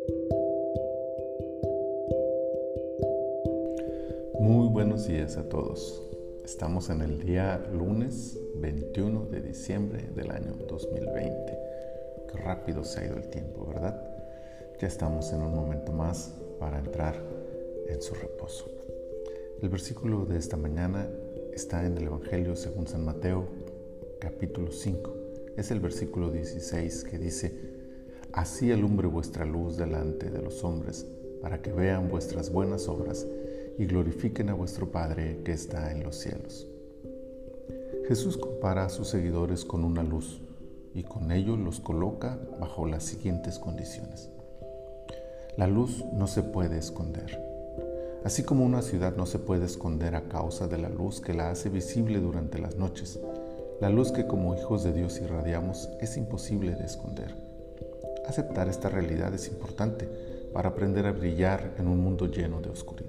Muy buenos días a todos. Estamos en el día lunes 21 de diciembre del año 2020. Qué rápido se ha ido el tiempo, ¿verdad? Ya estamos en un momento más para entrar en su reposo. El versículo de esta mañana está en el Evangelio según San Mateo, capítulo 5. Es el versículo 16 que dice: Así alumbre vuestra luz delante de los hombres, para que vean vuestras buenas obras y glorifiquen a vuestro Padre que está en los cielos. Jesús compara a sus seguidores con una luz y con ello los coloca bajo las siguientes condiciones. La luz no se puede esconder. Así como una ciudad no se puede esconder a causa de la luz que la hace visible durante las noches, la luz que como hijos de Dios irradiamos es imposible de esconder. Aceptar esta realidad es importante para aprender a brillar en un mundo lleno de oscuridad.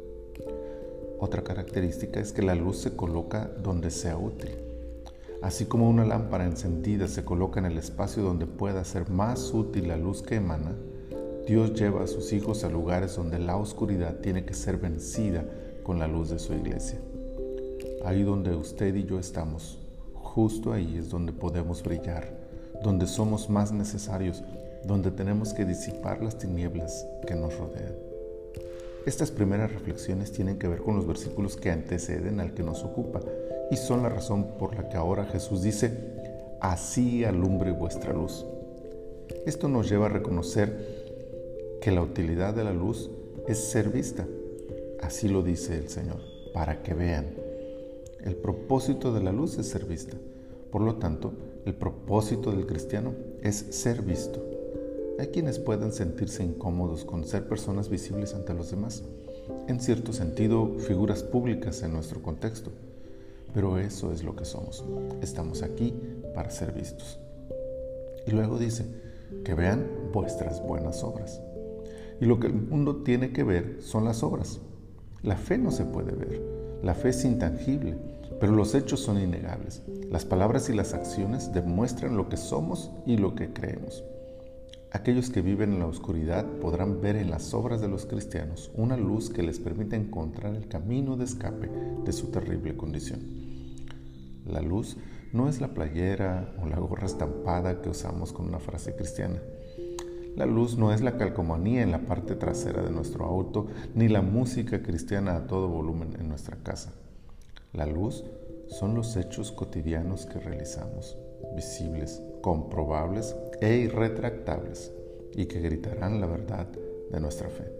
Otra característica es que la luz se coloca donde sea útil. Así como una lámpara encendida se coloca en el espacio donde pueda ser más útil la luz que emana, Dios lleva a sus hijos a lugares donde la oscuridad tiene que ser vencida con la luz de su iglesia. Ahí donde usted y yo estamos, justo ahí es donde podemos brillar, donde somos más necesarios, donde tenemos que disipar las tinieblas que nos rodean. Estas primeras reflexiones tienen que ver con los versículos que anteceden al que nos ocupa y son la razón por la que ahora Jesús dice: así alumbre vuestra luz. Esto nos lleva a reconocer que la utilidad de la luz es ser vista. Así lo dice el Señor, para que vean. El propósito de la luz es ser vista. Por lo tanto, el propósito del cristiano es ser visto. Hay quienes pueden sentirse incómodos con ser personas visibles ante los demás, en cierto sentido, figuras públicas en nuestro contexto. Pero eso es lo que somos. Estamos aquí para ser vistos. Y luego dice, que vean vuestras buenas obras. Y lo que el mundo tiene que ver son las obras. La fe no se puede ver. La fe es intangible, pero los hechos son innegables. Las palabras y las acciones demuestran lo que somos y lo que creemos. Aquellos que viven en la oscuridad podrán ver en las obras de los cristianos una luz que les permite encontrar el camino de escape de su terrible condición. La luz no es la playera o la gorra estampada que usamos con una frase cristiana. La luz no es la calcomanía en la parte trasera de nuestro auto, ni la música cristiana a todo volumen en nuestra casa. La luz son los hechos cotidianos que realizamos, visibles, comprobables e irretractables, y que gritarán la verdad de nuestra fe.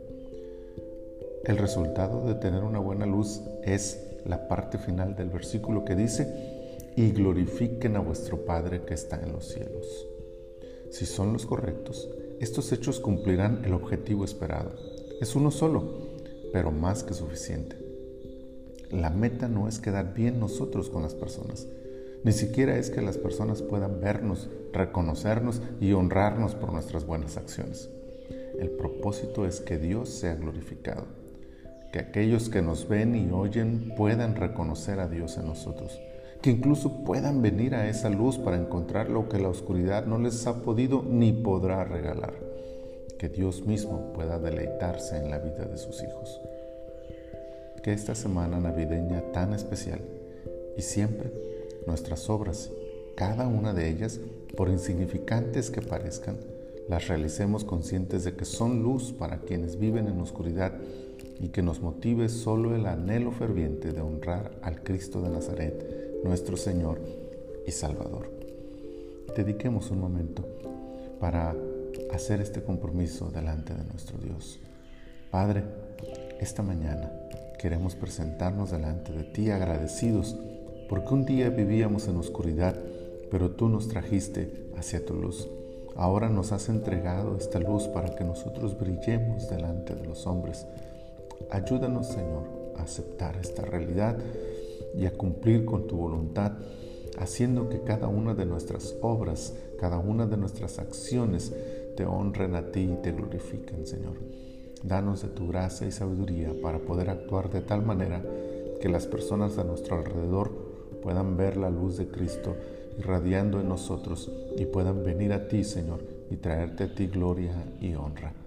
El resultado de tener una buena luz es la parte final del versículo que dice: y glorifiquen a vuestro Padre que está en los cielos. Si son los correctos, estos hechos cumplirán el objetivo esperado. Es uno solo, pero más que suficiente. La meta no es quedar bien nosotros con las personas. Ni siquiera es que las personas puedan vernos, reconocernos y honrarnos por nuestras buenas acciones. El propósito es que Dios sea glorificado, que aquellos que nos ven y oyen puedan reconocer a Dios en nosotros, que incluso puedan venir a esa luz para encontrar lo que la oscuridad no les ha podido ni podrá regalar, que Dios mismo pueda deleitarse en la vida de sus hijos. Que esta semana navideña tan especial y siempre nuestras obras, cada una de ellas, por insignificantes que parezcan, las realicemos conscientes de que son luz para quienes viven en oscuridad y que nos motive solo el anhelo ferviente de honrar al Cristo de Nazaret, nuestro Señor y Salvador. Dediquemos un momento para hacer este compromiso delante de nuestro Dios. Padre, esta mañana queremos presentarnos delante de ti agradecidos porque un día vivíamos en oscuridad, pero tú nos trajiste hacia tu luz. Ahora nos has entregado esta luz para que nosotros brillemos delante de los hombres. Ayúdanos, Señor, a aceptar esta realidad y a cumplir con tu voluntad, haciendo que cada una de nuestras obras, cada una de nuestras acciones te honren a ti y te glorifiquen, Señor. Danos de tu gracia y sabiduría para poder actuar de tal manera que las personas a nuestro alrededor puedan ver la luz de Cristo irradiando en nosotros y puedan venir a ti, Señor, y traerte a ti gloria y honra.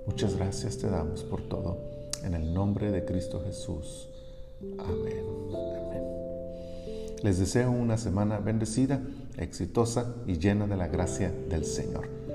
Muchas gracias te damos por todo. En el nombre de Cristo Jesús. Amén. Amén. Les deseo una semana bendecida, exitosa y llena de la gracia del Señor.